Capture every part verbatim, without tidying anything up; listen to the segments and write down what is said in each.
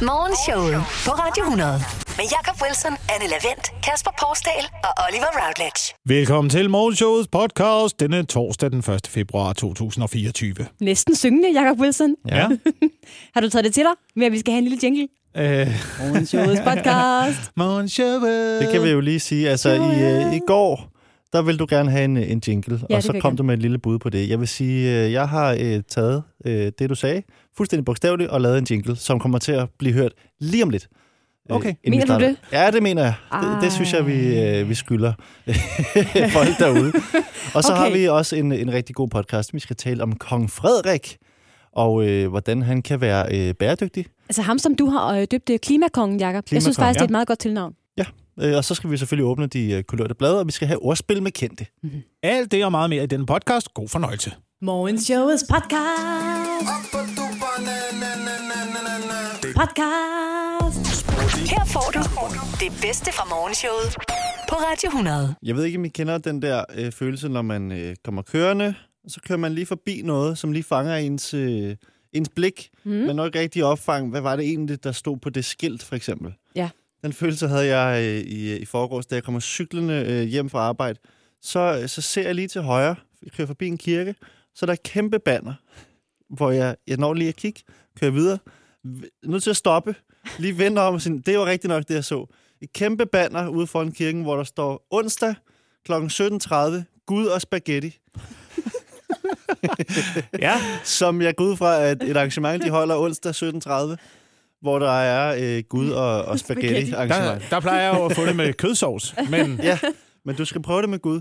Morgenshowet på Radio hundrede. Med Jakob Wilson, Anne Lavent, Kasper Porsdal og Oliver Routledge. Velkommen til Morgenshowets podcast denne torsdag den første februar to tusind og fireogtyve. Næsten syngende, Jakob Wilson. Ja. Har du taget det til dig med, at vi skal have en lille jingle? Øh. Morgenshowets podcast. Morgenshowet. Det kan vi jo lige sige. Altså, i, øh, i går, der vil du gerne have en, en jingle, ja, og så kom du med et lille bud på det. Jeg vil sige, øh, jeg har øh, taget øh, det, du sagde, fuldstændig bogstaveligt, og lavet en jingle, som kommer til at blive hørt lige om lidt. Okay. Øh, mener du det? Ja, det mener jeg. Det, det synes jeg, vi, øh, vi skylder folk derude. Og så okay. har vi også en, en rigtig god podcast. Vi skal tale om Kong Frederik, og øh, hvordan han kan være øh, bæredygtig. Altså ham, som du har øh, døbt Klimakongen, Jakob. Jeg synes faktisk, ja. det er et meget godt tilnavn. Ja, øh, og så skal vi selvfølgelig åbne de øh, kulørte blade, og vi skal have ordspil med kendte. Mm-hmm. Alt det og meget mere i denne podcast. God fornøjelse. Morgenshowets podcast. Podcast. Her får du det bedste fra morgenshowet på Radio hundrede. Jeg ved ikke, om I kender den der øh, følelse, når man øh, kommer kørende, og så kører man lige forbi noget, som lige fanger ens, øh, ens blik, mm. men nok ikke rigtig opfang. Hvad var det egentlig, der stod på det skilt, for eksempel? Ja. Den følelse havde jeg øh, i, i forgårs, da jeg kommer cyklende øh, hjem fra arbejde. Så, så ser jeg lige til højre, jeg kører forbi en kirke, så der er kæmpe banner, hvor jeg, jeg når lige at kigge, kører videre, nødt til at stoppe, lige vende om og sige, det var rigtigt nok det, jeg så. Et kæmpe banner ude foran kirken, hvor der står onsdag klokken sytten tredive, Gud og spaghetti. Ja. Som jeg går ud fra, at et arrangement, de holder onsdag sytten tredive, hvor der er øh, Gud og, og spaghetti arrangement. Der, der plejer jeg jo at få det med kødsovs, men... Ja, men du skal prøve det med Gud.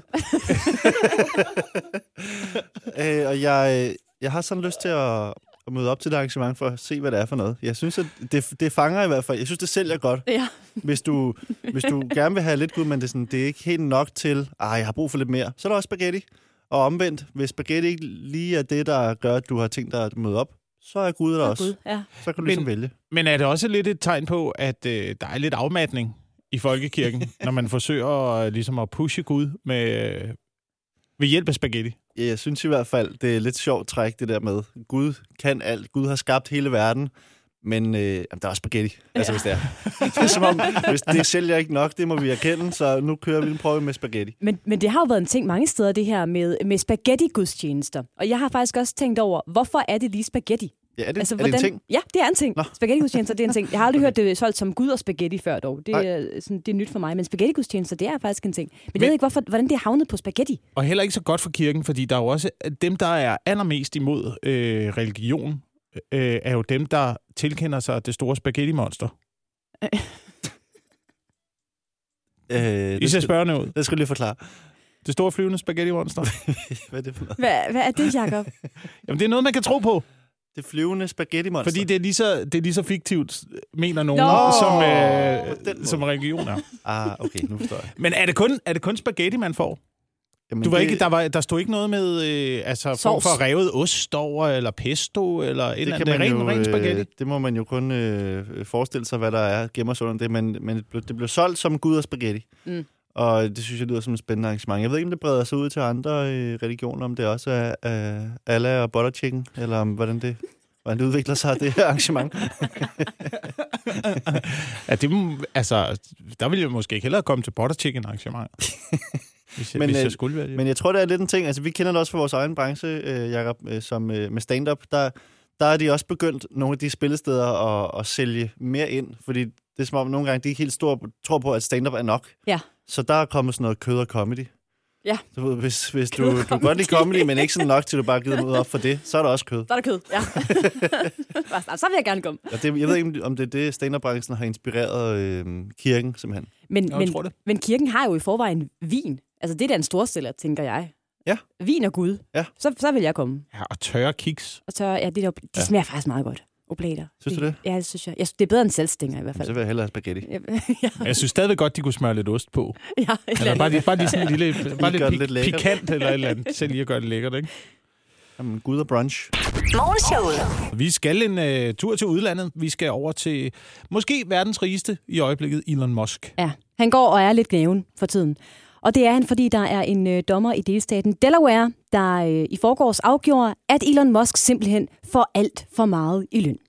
øh, og jeg, jeg har sådan lyst til at, at møde op til det arrangement for at se, hvad det er for noget. Jeg synes, at det, det fanger i hvert fald. Jeg synes, det sælger godt. Ja. Hvis du, hvis du gerne vil have lidt Gud, men det er, sådan, det er ikke helt nok til, ah, jeg har brug for lidt mere. Så er der også spaghetti. Og omvendt, hvis spaghetti ikke lige er det, der gør, at du har tænkt dig at møde op, så er Gud der også. Gud, ja. Så kan du men, ligesom vælge. Men er det også lidt et tegn på, at øh, der er lidt afmatning i folkekirken, når man forsøger øh, ligesom at pushe Gud med, øh, ved hjælp af spaghetti? Ja, jeg synes i hvert fald, det er lidt sjovt træk, det der med, Gud kan alt. Gud har skabt hele verden, men øh, jamen, der er også spaghetti, ja. Altså hvis det er. Det er som om, hvis det sælger ikke nok, det må vi erkende, så nu kører vi en prøve med spaghetti. Men, men det har jo været en ting mange steder, det her med, med spaghetti-gudstjenester. Og jeg har faktisk også tænkt over, hvorfor er det lige spaghetti? Ja, er det, altså, er det en ting? Ja, det er en ting. Nå. Spaghetti-gudstjenester, det er en ting. Jeg har aldrig okay. hørt det solgt som Gud og spaghetti før dog. Det er, sådan, det er nyt for mig. Men spaghetti-gudstjenester, det er faktisk en ting. Men, men jeg ved ikke, hvorfor, hvordan det er havnet på spaghetti. Og heller ikke så godt for kirken, fordi der er jo også dem, der er allermest imod øh, religion, øh, er jo dem, der tilkender sig det store spaghetti-monster. øh, I ser spørgende ud. Det skal du lige forklare. Det store flyvende spaghetti-monster. Hvad er det for noget? Hvad, hvad er det, Jacob? Jamen, det er noget, man kan tro på. Det flyvende spaghetti-monster. Fordi det er lige så, det er lige så fiktivt, mener nogen, Nå, som, øh, som religion er. Ah, okay, nu forstår jeg. Men er det kun, er det kun spaghetti, man får? Jamen, du var det... ikke, der, var, der stod ikke noget med øh, altså, form for revet ost over, eller pesto, eller et eller andet. Det er ren, ren spaghetti. Øh, det må man jo kun øh, forestille sig, hvad der er gemmer sig under det. Men, men det, blev, det blev solgt som Gud og spaghetti. Mm. Og det synes jeg lyder som et spændende arrangement. Jeg ved ikke, om det breder sig ud til andre øh, religioner, om det også er øh, Allah og butter chicken, eller om hvordan det... Hvordan det udvikler sig, det her arrangement. ja, det, altså, der ville jeg måske ikke hellere komme til butter chicken arrangement. Hvis jeg, men, hvis jeg skulle være det. Men jeg tror, det er lidt en ting. Altså, vi kender det også fra vores egen branche, øh, Jacob, øh, som øh, med stand-up. Der, der er de også begyndt, nogle af de spillesteder, at, at sælge mere ind. Fordi det er som om, nogle gange de ikke helt store tror på, at stand-up er nok. Ja. Så der er kommet sådan noget kød og comedy. Ja. Så hvis, hvis du, du kan godt lide comedy, men ikke sådan nok til, du bare gider ud op for det, så er der også kød. Så er der kød, ja. Så vil jeg gerne komme. Og det, jeg ved ikke, om det er det, stand-up-branchen har inspireret øh, kirken, simpelthen. Men, jeg men, tror det. men kirken har jo i forvejen vin. Altså, det er da en storstiller, tænker jeg. Ja. Vin og Gud. Ja. Så, så vil jeg komme. Ja, og tørre kiks. Og tørre, ja, det der, de ja. smager faktisk meget godt. Oblater. Synes du det? Ja, det synes jeg. jeg synes, det er bedre end selvstænger i hvert fald. Så vil jeg hellere have spaghetti. ja. Jeg synes stadigvæk godt, de kunne smøre lidt ost på. Ja, eller bare, bare lige sådan en lille, bare lidt, pik- lidt pikant eller et eller andet. Selv lige at gøre det lækkert, ikke? Jamen, Gud og brunch. Morgenshowet. Vi skal en uh, tur til udlandet. Vi skal over til måske verdens rigeste i øjeblikket, Elon Musk. Ja, han går og er lidt gnaven for tiden. Og det er han, fordi der er en øh, dommer i delstaten Delaware, der øh, i forgårs afgjorde, at Elon Musk simpelthen får alt for meget i løn.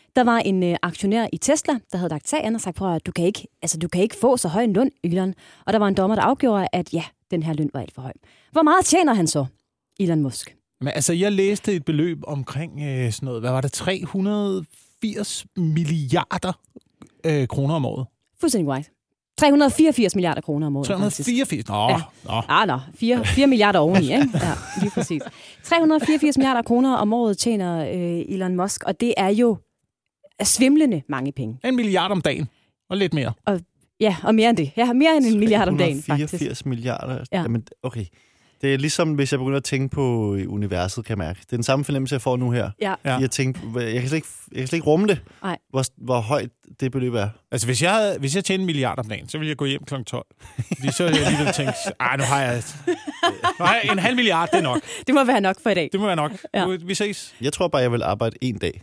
Der var en øh, aktionær i Tesla, der havde lagt sag an og sagt, prøv at du kan ikke, altså, du kan ikke få så høj en løn, Elon. Og der var en dommer, der afgjorde, at ja, den her løn var alt for høj. Hvor meget tjener han så, Elon Musk? Men altså, jeg læste et beløb omkring øh, sådan noget, hvad var det, tre hundrede og firs milliarder øh, kroner om året. Fuldstændig right. tre hundrede og fireogfirs milliarder kroner om året. tre hundrede og fireogfirs? Nå, ja. nå. Ah, nå. fire milliarder oveni, ikke? Ja, lige præcis. tre hundrede og fireogfirs milliarder kroner om året tjener øh, Elon Musk, og det er jo svimlende mange penge. En milliard om dagen, og lidt mere. Og, ja, og mere end det. Ja, mere end en milliard om dagen, faktisk. tre hundrede og fireogfirs milliarder? Ja. Jamen, okay. Det er ligesom, hvis jeg begynder at tænke på universet, kan jeg mærke. Det er den samme fornemmelse, jeg får nu her. Ja. Jeg, tænker, jeg, kan slet ikke, jeg kan slet ikke rumme det, hvor, hvor højt det beløb er. Altså, hvis jeg, havde, hvis jeg tjente en milliard om dagen, så ville jeg gå hjem klokken tolv. Fordi så ville jeg alligevel tænke, ej, nu har jeg, nu har jeg en halv milliard, det er nok. Det må være nok for i dag. Det må være nok. Ja. Vi ses. Jeg tror bare, jeg vil arbejde en dag.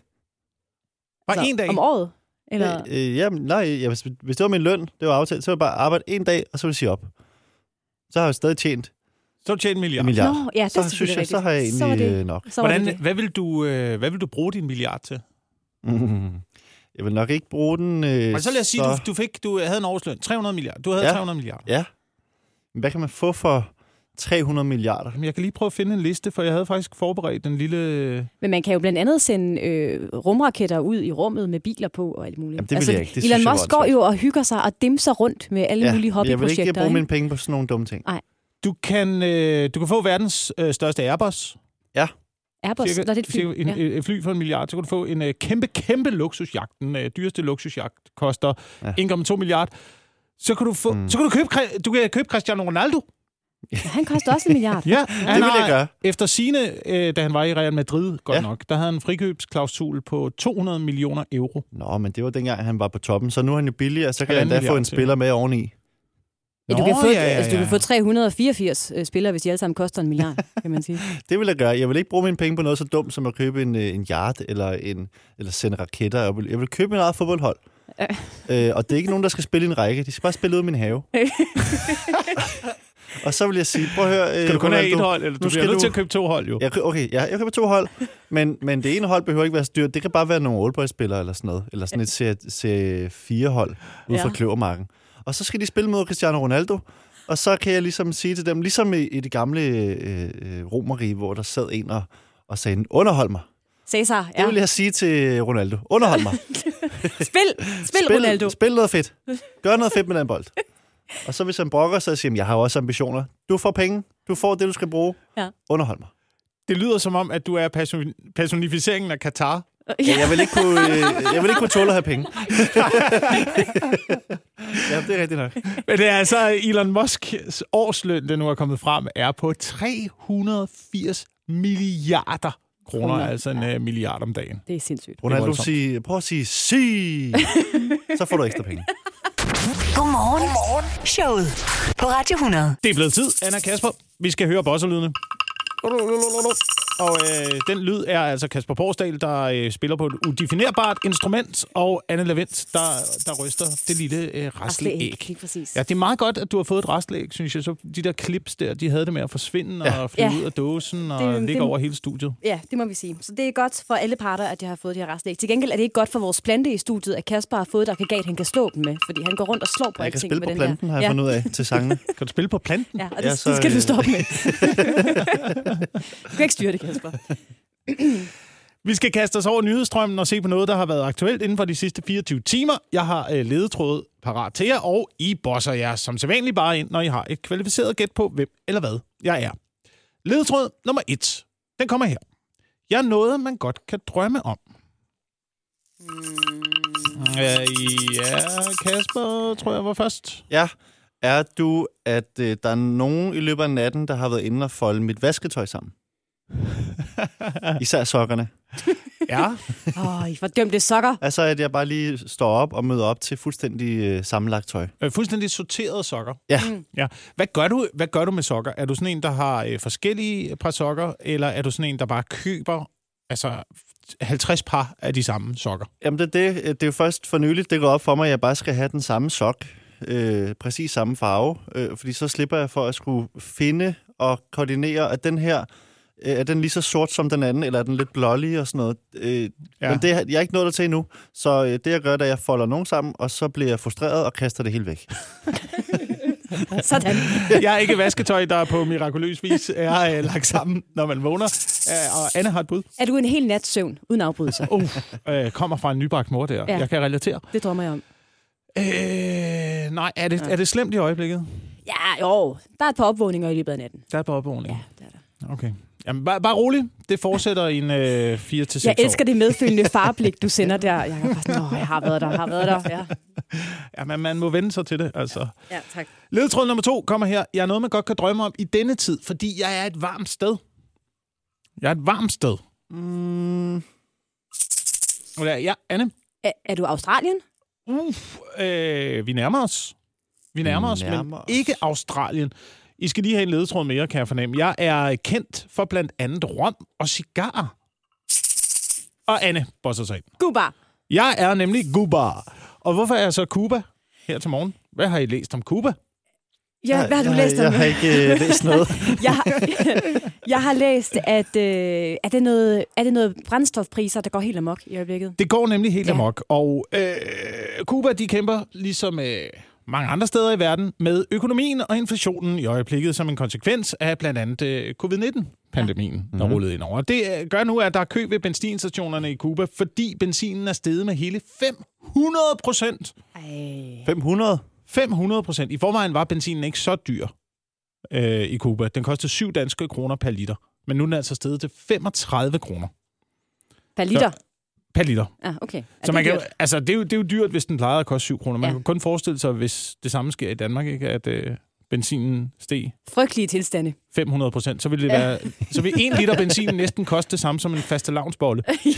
Bare en dag? Om året? Eller? Øh, jamen, nej, ja, hvis, hvis det var min løn, det var aftalt, så ville jeg bare arbejde en dag, og så ville jeg sige op. Så har jeg stadig tjent Så har du tjent en milliard. En milliard. Nå, ja, det så synes jeg, så har jeg egentlig det, nok. Hvordan, hvad, vil du, øh, hvad vil du bruge din milliard til? Mm, jeg vil nok ikke bruge den... Øh, Men så lad os sige, så... du, du, fik, du havde en årsløn. tre hundrede milliarder. Du havde ja. tre hundrede milliarder. Ja. Men hvad kan man få for tre hundrede milliarder? Jamen, jeg kan lige prøve at finde en liste, for jeg havde faktisk forberedt den lille... Men man kan jo blandt andet sende øh, rumraketter ud i rummet med biler på og alt muligt. Jamen, det vil altså, jeg ikke. Det Elon Musk går jo og hygger sig og dimser rundt med alle ja, mulige hobbyprojekter. Jeg vil ikke bruge mine penge på sådan nogle dumme ting. Nej. Du kan, øh, du kan få verdens øh, største Airbus. Ja. Airbus, cirka, der er det et fly. En, ja. et fly for en milliard. Så kan du få en øh, kæmpe, kæmpe luksusjagt. Den øh, dyreste luksusjagt koster ja. en komma to milliard. Så kan du få, mm. så kan du købe, du kan købe Cristiano Ronaldo. Ja, han koster også en milliard. Ja, det vil jeg gøre. Efter sine, øh, da han var i Real Madrid, godt ja. nok, der havde han en frikøbsklausul på to hundrede millioner euro. Nå, men det var dengang, han var på toppen. Så nu er han jo billigere, så kan jeg endda få en spiller med oveni. Ja, du, Nå, kan få, ja, ja, ja. altså, du kan få tre hundrede og fireogfirs øh, spillere, hvis de alle sammen koster en milliard, kan man sige. Det vil jeg gøre. Jeg vil ikke bruge mine penge på noget så dumt, som at købe en, en yacht eller, en, eller sende raketter. Jeg vil, jeg vil købe en eget fodboldhold. Ja. Øh, og det er ikke nogen, der skal spille i en række. De skal bare spille ud i min have. Og så vil jeg sige, prøv at høre... Skal du kun have et hold, eller du bliver nødt du... til at købe to hold, jo? Jeg, okay, ja, jeg køber to hold, men, men det ene hold behøver ikke være så dyrt. Det kan bare være nogle oldboy-spillere eller sådan noget. Eller sådan et C fire hold ude fra ja. Kløvermarken. Og så skal de spille mod Cristiano Ronaldo. Og så kan jeg ligesom sige til dem, ligesom i, i det gamle øh, romerige, hvor der sad en og, og sagde, underhold mig. Cæsar, ja. Det vil jeg sige til Ronaldo. Underhold mig. spil, spil, spil, Ronaldo. Spil noget fedt. Gør noget fedt med den bold. Og så hvis han brokker sig og siger, jeg har også ambitioner. Du får penge. Du får det, du skal bruge. Ja. Underhold mig. Det lyder som om, at du er person- personificeringen af Katar. Ja, jeg vil ikke kunne, jeg vil ikke kunne tåle at have penge. Ja, det er rigtigt nok. Men det er altså Elon Musks årsløn, det nu er kommet frem, er på tre hundrede og firs milliarder kroner, kroner. Altså en ja. milliard om dagen. Det er sindssygt. Ronaldo, sig, prøv at sige, sig! Så får du ekstra penge. Godmorgen. Godmorgen. Showet på Radio hundrede. Det er blevet tid, Anna Kasper. Vi skal høre bosserlydene. Og øh, den lyd er altså Kasper Porsdal, der øh, spiller på et udefinerbart instrument, og Anne Lavendt, der, der ryster det lille øh, rasleæg. Lige præcis. Ja, det er meget godt, at du har fået et rasleæg, synes jeg. Så de der clips der, de havde det med at forsvinde ja. og flyve ja. ud af dåsen og det, ligge det, over hele studiet. Ja, det må vi sige. Så det er godt for alle parter, at jeg har fået de her rasleæg. Til gengæld er det ikke godt for vores plante i studiet, at Kasper har fået et aggregat, han kan slå dem med, fordi han går rundt og slår på alting med den her. Jeg kan spille på planten, har jeg ja. fundet ud af, til sangene. Kan du spille på planten? Ja, og det, ja, så, det skal du stoppe med. Du kan ikke styre det, Kasper. Vi skal kaste os over nyhedsstrømmen og se på noget, der har været aktuelt inden for de sidste fireogtyve timer. Jeg har øh, ledetrådet parat til jer, og I bosser jer som sædvanligt bare ind, når I har et kvalificeret gæt på, hvem eller hvad jeg er. Ledetråd nummer et. Den kommer her. Jeg er noget, man godt kan drømme om. Mm. Øh, ja, Kasper, tror jeg var først. Ja. Er du, at øh, der er nogen i løbet af natten, der har været inde og folde mit vasketøj sammen? Især sokkerne. Ja. Åh, oh, I fordømte sokker. Altså, at jeg bare lige står op og møder op til fuldstændig øh, sammenlagt tøj. Øh, fuldstændig sorterede sokker. Ja. Mm. ja. Hvad gør du, hvad gør du med sokker? Er du sådan en, der har øh, forskellige par sokker, eller er du sådan en, der bare køber altså halvtreds par af de samme sokker? Jamen, det er det. Det er jo først for nyligt, det går op for mig, at jeg bare skal have den samme sok. Øh, præcis samme farve. Øh, fordi så slipper jeg for at skulle finde og koordinere, at den her Øh, er den lige så sort som den anden, eller er den lidt blålig og sådan noget? Øh, ja. Men det, jeg er ikke nået til endnu. Så øh, det, jeg gør, det er, at jeg folder nogen sammen, og så bliver jeg frustreret og kaster det hele væk. Sådan. Jeg er ikke vasketøj, der på mirakuløs vis er øh, lagt sammen, når man vågner. Øh, og Anne har et bud. Er du en hel nat søvn, uden afbrydelse? Uh, øh, kommer fra en nybagt mor der. Ja. Jeg kan relatere. Det drømmer jeg om. Øh, nej, er det, er det slemt i øjeblikket? Ja, jo. Der er et par opvågninger i løbet af natten. Der er på opvågning. Ja, det er der. Okay. Jamen, bare, bare rolig. Det fortsætter i en øh, fire til seks år. Jeg elsker det medfølgende farblik, du sender der. Jeg kan bare sådan, åh, jeg har været der, har været der. Ja, ja men man må vende sig til det, altså. ja tak. Ledetråd nummer to kommer her. Jeg er noget, man godt kan drømme om i denne tid, fordi jeg er et varmt sted. Jeg er et varmt sted. Mm. Ja, Anne? Er, er du Australien? Uff, øh, vi nærmer os. Vi nærmer os, nærmer men os. ikke Australien. I skal lige have en ledetråd mere, kan jeg fornemme. Jeg er kendt for blandt andet rom og cigarer. Og Anne bosser sig ind. Cuba. Jeg er nemlig Cuba. Og hvorfor er jeg så Cuba her til morgen? Hvad har I læst om Cuba? Ja, hvad har du jeg, læst om? Jeg har ikke øh, læst noget. jeg, har, jeg har læst, at øh, er, det noget, er det noget brændstofpriser, der går helt amok i øjeblikket? Det går nemlig helt Ja. amok. Og øh, Cuba, de kæmper ligesom øh, mange andre steder i verden med økonomien og inflationen i øjeblikket som en konsekvens af blandt andet øh, covid nitten-pandemien, ja. der Mhm. rullede ind over. Det øh, gør nu, at der er kø ved benzinstationerne i Cuba, fordi benzinen er steget med hele fem hundrede procent. Ej. fem hundrede? fem hundrede procent. I forvejen var benzinen ikke så dyr øh, i Cuba. Den kostede syv danske kroner per liter. Men nu er den altså steget til femogtredive kroner Per liter? per liter. Ja, okay. Er Så det man kan, dyrt? altså, det, er jo, det er jo dyrt, hvis den plejer at koste syv kroner. Man Ja. ja. kan kun forestille sig, hvis det samme sker i Danmark, ikke? At øh, benzinen steg Frygtelige tilstande. fem hundrede procent. Så vil det Ja. være, så vil en liter benzin næsten koste det samme som en fastelavnsbolle. Ja.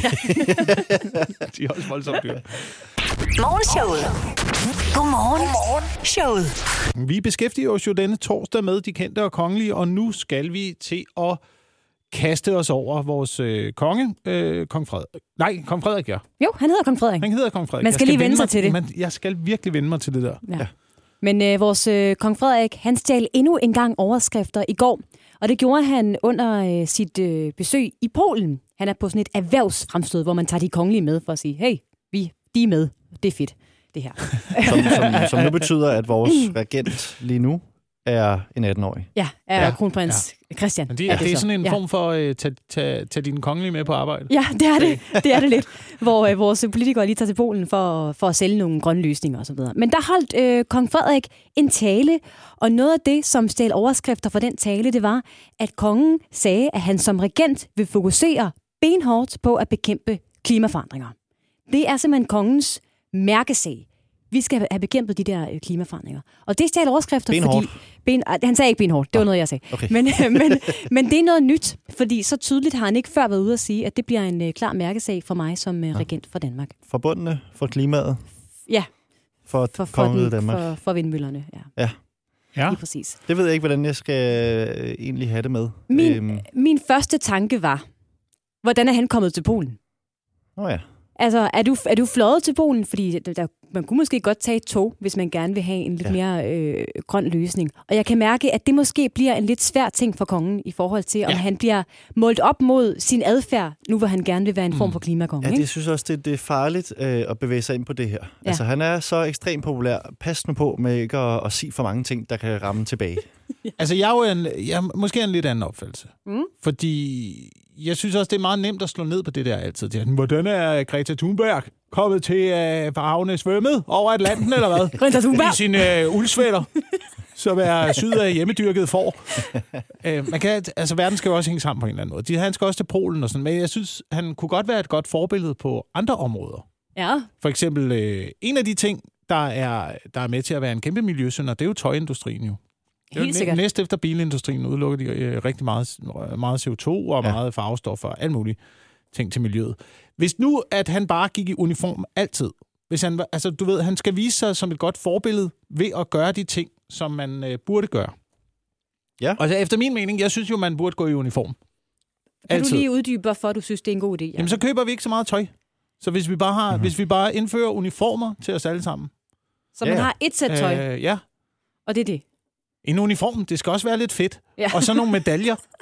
De er også voldsomt dyre. Morgenshowet. Godmorgen. Godmorgen. Showet. Vi beskæftiger os jo denne torsdag med de kendte og kongelige, og nu skal vi til at kaste os over vores øh, konge, øh, kong Frederik. Nej, kong Frederik, ja. Jo, han hedder kong Frederik. Han hedder kong Frederik. Man Jeg skal lige vende vende sig mig- til det. Man, jeg skal virkelig vende mig til det der. Ja. Men øh, vores øh, kong Frederik, han stjal endnu en gang overskrifter i går. Og det gjorde han under øh, sit øh, besøg i Polen. Han er på sådan et erhvervsfremstød, hvor man tager de kongelige med for at sige, hey, vi, de er med. Det er fedt, det her. Som, som, som nu betyder, at vores regent lige nu er en atten-årig. Ja, er Ja, ja, kronprins ja. Christian. Men det, er, det er så. sådan en ja. form for at øh, tage, tage, tage dine kongelige med på arbejde. Ja, det er det. Det er det lidt. Hvor øh, vores politikere lige tager til Polen for, for at sælge nogle grønne løsninger og så videre. Men der holdt øh, kong Frederik en tale, og noget af det, som stjal overskrifter for den tale, det var, at kongen sagde, at han som regent vil fokusere benhårdt på at bekæmpe klimaforandringer. Det er simpelthen kongens mærkesag. Vi skal have bekæmpet de der øh, klimaforandringer. Og det stjal overskrifter, Benhårdt. fordi... Ben, ah, han sagde ikke benhårdt, det var noget, jeg sagde. Okay. Men, øh, men, men det er noget nyt, fordi så tydeligt har han ikke før været ude at sige, at det bliver en øh, klar mærkesag for mig som øh, regent for Danmark. Forbundne for klimaet, Ja, for, for, for, kongeriget den, Danmark. for, for vindmøllerne. Ja, Ja. Ja. lige præcis. Det ved jeg ikke, hvordan jeg skal øh, egentlig have det med. Min, Øhm, min første tanke var, hvordan er han kommet til Polen? Åh ja. Altså, er du, er du fløjet til Polen? Fordi der, der, man kunne måske godt tage et tog, hvis man gerne vil have en lidt Ja. mere øh, grøn løsning. Og jeg kan mærke, at det måske bliver en lidt svær ting for kongen i forhold til, om Ja. han bliver målt op mod sin adfærd, nu hvor han gerne vil være en form for klimakonge. Ja, ikke? det synes jeg også, det, det er farligt øh, at bevæge sig ind på det her. Ja. Ja. Altså, han er så ekstremt populær. Pas nu på med ikke at, at sige for mange ting, der kan ramme tilbage. Altså, jeg er jo en, jeg er måske en lidt anden opfattelse. Mm. Fordi jeg synes også, det er meget nemt at slå ned på det der altid. Det er, hvordan er Greta Thunberg kommet til at uh, havne svømmet over Atlanten, eller hvad? Greta Thunberg? I sin uh, uldsvætter, som er syd af hjemmedyrket får. uh, man kan, altså, verden skal jo også hænge sammen på en eller anden måde. De, han skal også til Polen og sådan, men jeg synes, han kunne godt være et godt forbillede på andre områder. Ja. For eksempel, uh, en af de ting, der er, der er med til at være en kæmpe miljøsynder, det er jo tøjindustrien jo. Helt sikkert. Næst efter bilindustrien udelukker de øh, rigtig meget, meget C O to og Ja. meget farvestoffer og alt muligt ting til miljøet. Hvis nu, at han bare gik i uniform altid, hvis han, var- altså du ved, han skal vise sig som et godt forbillede ved at gøre de ting, som man øh, burde gøre. Ja. Altså efter min mening, jeg synes jo, man burde gå i uniform. Kan Altid. du lige uddybe, hvorfor du synes, det er en god idé? Ja. Jamen så køber vi ikke så meget tøj. Så hvis vi bare, har, mm-hmm. hvis vi bare indfører uniformer til os alle sammen. Så man Ja. har et sæt tøj, Øh, ja. og det er det. En uniform, det skal også være lidt fedt. Ja. Og så nogle medaljer.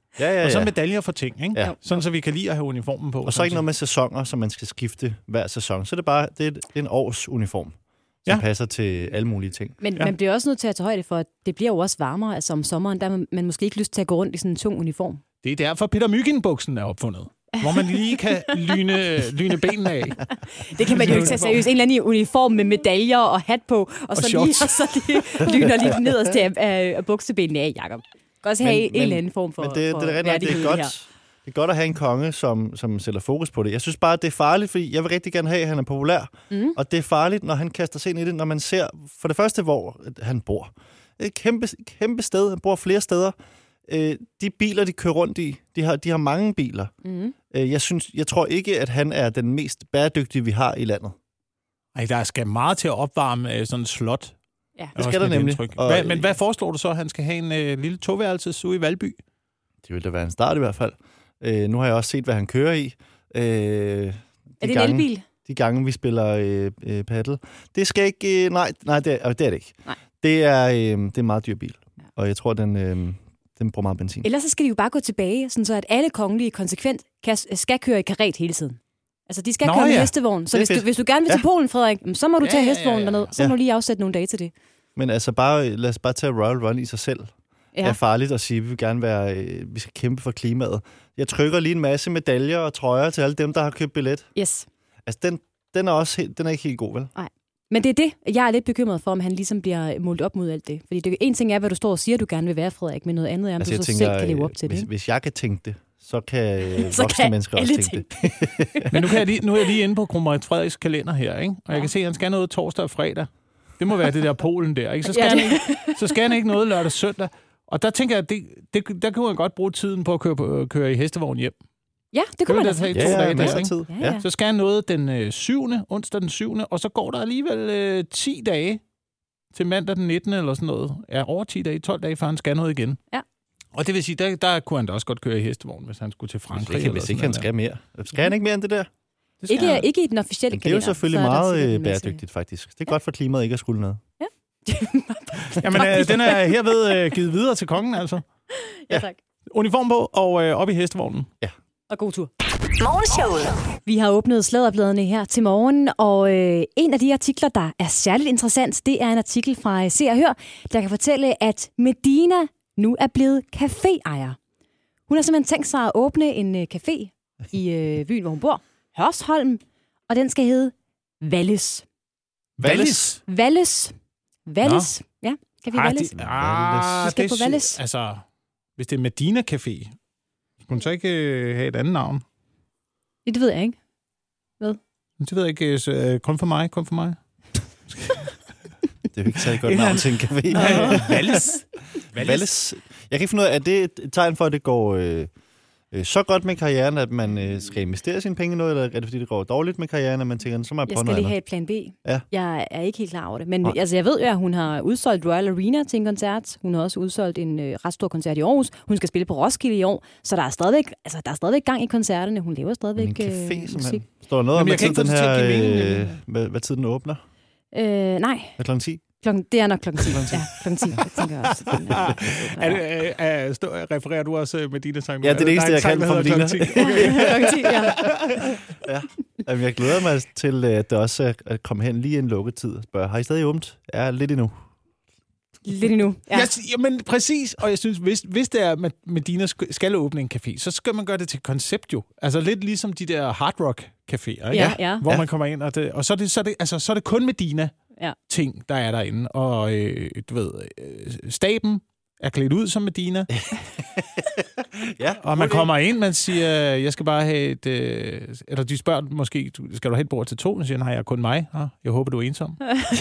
Ja, ja, ja. Og så medaljer for ting, ikke? Ja. Sådan, så vi kan lide at have uniformen på. Og så ikke noget med sæsoner, som man skal skifte hver sæson. Så det er bare det er, det er en års uniform, som Ja. passer til alle mulige ting. Men Ja. man bliver også nødt til at tage højde for, at det bliver jo også varmere. Altså om sommeren, der har man måske ikke lyst til at gå rundt i sådan en tung uniform. Det er derfor, Peter Myggen-buksen er opfundet. Hvor man lige kan lyne, lyne benene af. Det kan man jo ikke tage seriøst. En eller anden uniform med medaljer og hat på, og, Og så shorts. lige, og så lige lyner lige nederst af, af, af buksebenene af, Jacob. Du kan også have Men- en men- eller anden form for, Men det, for det er rigtig, det værdighed er godt. her. Det er godt at have en konge, som, som sætter fokus på det. Jeg synes bare, det er farligt, fordi jeg vil rigtig gerne have, at han er populær. Mm. Og det er farligt, når han kaster sig ind i det, når man ser for det første, hvor han bor. Et kæmpe, kæmpe sted. Han bor flere steder. Øh, de biler, de kører rundt i, de har, de har mange biler. Mm. Øh, jeg, synes, jeg tror ikke, at han er den mest bæredygtige, vi har i landet. Ej, der skal meget til at opvarme øh, sådan en slot. Ja. Det skal der nemlig. Og- Hvad, men hvad foreslår du så? Han skal have en øh, lille toværelses ude i Valby? Det vil da være en start i hvert fald. Øh, nu har jeg også set, hvad han kører i. Øh, Er det en elbil? De gange, vi spiller øh, øh, paddle. Det skal ikke... Øh, nej, nej det, er, det er det ikke. Nej. Det er, øh, det er en meget dyr bil. Ja. Og jeg tror, den, øh, den bruger meget benzin. Ellers så skal de jo bare gå tilbage, sådan så at alle kongelige konsekvent kan, skal køre i karet hele tiden. Altså, de skal Nå, køre med ja. hestevogn. Så Det er hvis du, fedt. hvis du gerne vil til Ja. Polen, Frederik, så må du Ja, tage ja, ja, hestevognen ja. derned. Så Ja. må du lige afsætte nogle dage til det. Men altså, bare, lad os bare tage Royal Run i sig selv. Ja. er farligt at sige, at vi vil gerne være, øh, vi skal kæmpe for klimaet. Jeg trykker lige en masse medaljer og trøjer til alle dem, der har købt billet. Yes. Altså, den, den, er også helt, den er ikke helt god, vel? Men det er det, jeg er lidt bekymret for, om han ligesom bliver målt op mod alt det. Fordi det, en ting er, hvad du står og siger, du gerne vil være, Frederik, men noget andet er, om Altså, du så tænker, selv kan leve op til hvis, det. hvis jeg kan tænke det, så kan øh, Så voksne kan mennesker også alle tænke tænke det. Men nu, kan jeg lige, nu er jeg lige inde på Kronprins Frederiks kalender her, ikke? Og jeg kan se, at han skal noget torsdag og fredag. Det må være det der Polen der, ikke? Så skal, Ja, han, det- ikke, så skal han ikke noget lørdag søndag. Og der tænker jeg, det, det, der kunne han godt bruge tiden på at køre, på, køre i hestevogn hjem. Ja, det kunne Det man vil da da tage sige. to Ja, ja, dage masser der, af tid. Ja, ja. Ja. Så skal han noget den øh, syvende, onsdag den syvende, og så går der alligevel øh, ti dage til mandag den nittende eller sådan noget. Ja, over ti dage, tolv dage, før han skal noget igen. Ja. Og det vil sige, der, der kunne han da også godt køre i hestevogn, hvis han skulle til Frankrig. Hvis ikke, eller hvis sådan ikke han noget. skal mere. Skal han ikke mere end det der? Det skal Ikke, han. ikke i den officielle Men det er jo kalender. selvfølgelig så er der meget sikkert øh, en masse- bæredygtigt, faktisk. Det er godt for klimaet ikke at skulle noget. Jamen, øh, den er herved øh, givet videre til kongen, altså. Ja, tak. Uniform på og øh, op i hestevognen. Og god tur. Morgenshowet. Vi har åbnet sladderbladene her til morgen, og øh, en af de artikler, der er særligt interessant, det er en artikel fra Se og Hør, der kan fortælle, at Medina nu er blevet caféejer. Hun har simpelthen tænkt sig at åbne en øh, café i øh, byen, hvor hun bor, Hørsholm, og den skal hedde Valles. Vallis. Valles. Valles. Ja, Café Ah, Valles. det, ah, Vi skal det på sy- Vallis. Altså, hvis det er Medina Café, skulle hun så ikke øh, have et andet navn? Det ved jeg ikke. Det ved jeg ikke. Så, øh, kun for mig, kun for mig. Det er jo ikke særlig godt Et navn eller til en café. Vallis. Valles. Jeg kan ikke finde ud af, at det er et tegn for, at det går øh, øh, så godt med karrieren, at man øh, skal investere sine penge i noget, eller er det fordi, det går dårligt med karrieren, at man tænker, så må jeg Jeg prøve skal noget lige andet? have et plan B. Ja. Jeg er ikke helt klar over det. Men Nej. altså, jeg ved jo, at hun har udsolgt Royal Arena til en koncert. Hun har også udsolgt en øh, ret stor koncert i Aarhus. Hun skal spille på Roskilde i år. Så der er stadigvæk, altså, der er stadigvæk gang i koncerterne. Hun lever stadigvæk En café, øh, simpelthen. musik. Står der noget Jamen, om, jeg hvad kan tid ikke den få det til her, at give mening, øh, men- hvad, hvad tid den åbner? Øh, nej, Er klokken ti? klokken, det er nok klokken ti. Ja, klokken ti. Jeg tænker også. Den er- Er, det, øh, er, stå, refererer du også øh, Medina sang? Ja, det er det eneste, jeg kan fra Medina. klokken ti, ja. Jamen, jeg glæder mig til, at det også er at komme hen lige en lukketid og spørge, har I stadig åbent? Ja, lidt endnu. Lidt endnu. Ja. Ja. Jamen, præcis. Og jeg synes, hvis, hvis det er, at Medina sk- skal åbne en café, så skal man gøre det til koncept jo. Altså lidt ligesom de der hard rock caféer, ikke? Ja, ja. Hvor Ja. man kommer ind, og, det, og så, er det, så, er det, altså, så er det kun Medina Ja. ting, der er derinde. Og øh, du ved, øh, staben er klædt ud som Medina. Ja, Og man kommer ind, man siger, jeg skal bare have et... Øh, eller de spørger måske, du- skal du have et bord til to? Og siger, nej, jeg er kun mig. Ah, jeg håber, du er ensom.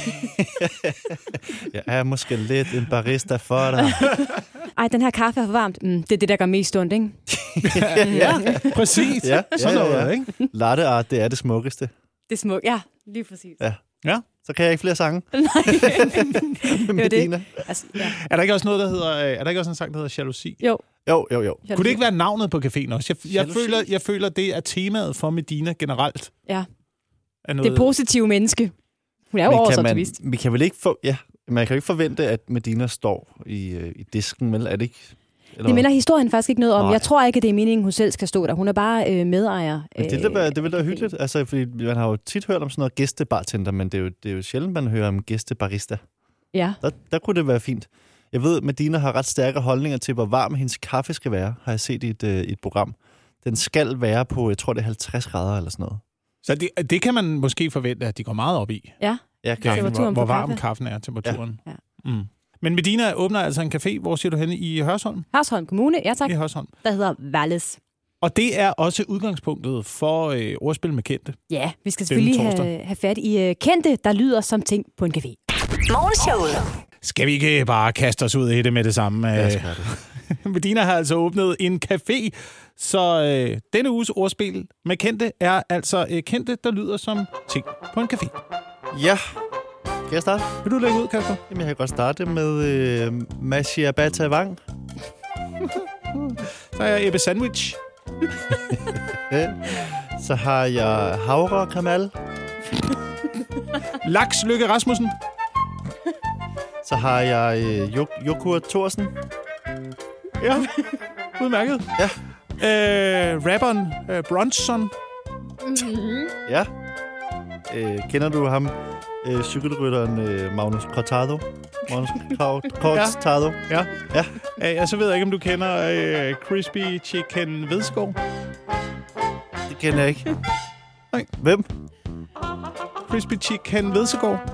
Jeg er måske lidt en barista for dig. Ej, den her kaffe er for varmt. Mm, det er det, der gør mest ondt, ikke? Ja, præcis. Ja, Sådan ja, ja, noget, ja. ikke? Latte art, det er det smukkeste. Det er smukt. Ja, lige præcis. Ja. Ja. Så kan jeg ikke flere sange. Nej. det. Medina. Altså, ja. Er der ikke også noget, der hedder... øh, Er der ikke også en sang, der hedder Jalousi? Jo. Jo, jo, jo. Kunne det ikke være navnet på caféen også? Jeg, jeg, Jalousi. føler, jeg føler, det er temaet for Medina generelt. Ja. Er noget, Det positive menneske. Hun er jo Men årets kan man, optimist. vi kan vel ikke få... Ja, man kan jo ikke forvente, at Medina står i, øh, i disken, vel? Er det ikke... Det minder historien faktisk ikke noget om. Nej. Jeg tror ikke, at det er meningen, hun selv skal stå der. Hun er bare øh, medejer. Men det, det, det vil da være hyggeligt, altså, fordi man har jo tit hørt om sådan noget gæstebartender, men det er jo, det er jo sjældent, man hører om gæstebarista. Ja. Der, der kunne det være fint. Jeg ved, at Medina har ret stærke holdninger til, hvor varm hendes kaffe skal være, har jeg set i et, i et program. Den skal være på, jeg tror, det er halvtreds grader eller sådan noget. Så det, det kan man måske forvente, at de går meget op i. Ja. Ja, Kaffen, hvor, hvor varm kaffe. kaffen er, temperaturen. Ja. Ja. Mm. Men Medina åbner altså en café, hvor siger du henne? I Hørsholm? Hørsholm Kommune, ja tak. I Hørsholm. Der hedder Valles. Og det er også udgangspunktet for øh, ordspil med kendte. Ja, vi skal selvfølgelig have, have fat i uh, kendte, der lyder som ting på en café. Morgenshowet. Skal vi ikke bare kaste os ud i det med det samme? Ja, skal det. Medina har altså åbnet en café, så øh, denne uges ordspil med kendte er altså øh, kendte, der lyder som ting på en café. Ja. Kan jeg starte? Vil du lægge ud, Kasper? Jamen, jeg kan godt starte med øh, Mashia Bata Wang. Så er jeg Ebbe Sandwich. Så har jeg Havre Kamal. Laks Løkke Rasmussen. Så har jeg øh, Jok- Jokur Thorsen. Ja, udmærket. Ja. Øh, rapperen øh, Bronson. Ja. Øh, kender du ham? Øh, cykelrytteren øh, Magnus Cortado. Magnus Cortado. Ja. Ja. Ja. Så ved jeg ikke, om du kender øh, Crispy Chicken Vedskov. Det kender jeg ikke. Nej. Hvem? Crispy Chicken Vedskov.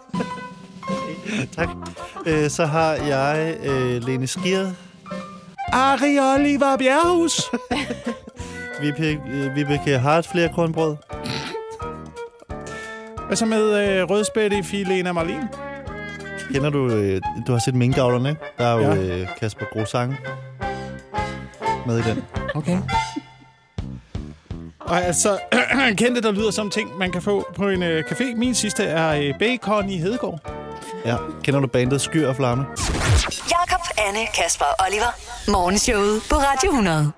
Tak. Øh, så har jeg øh, Lene Skier. Ari Oliver Bjerghus. Vibeke, øh, Vibeke Hart flere kornbrød. Hvad så med øh, rødspætte i Lena Marlin? Kender du, øh, du har set Minkavlerne, ikke? Der er jo Ja. øh, Kasper Grosange med i den. Okay. Og altså, kendte, der lyder som ting, man kan få på en øh, café. Min sidste er øh, bacon i Hedegaard. Ja. Kender du bandet Skyr og Flamme? Jakob, Anne, Kasper og Oliver. Morgenshowet på Radio hundrede.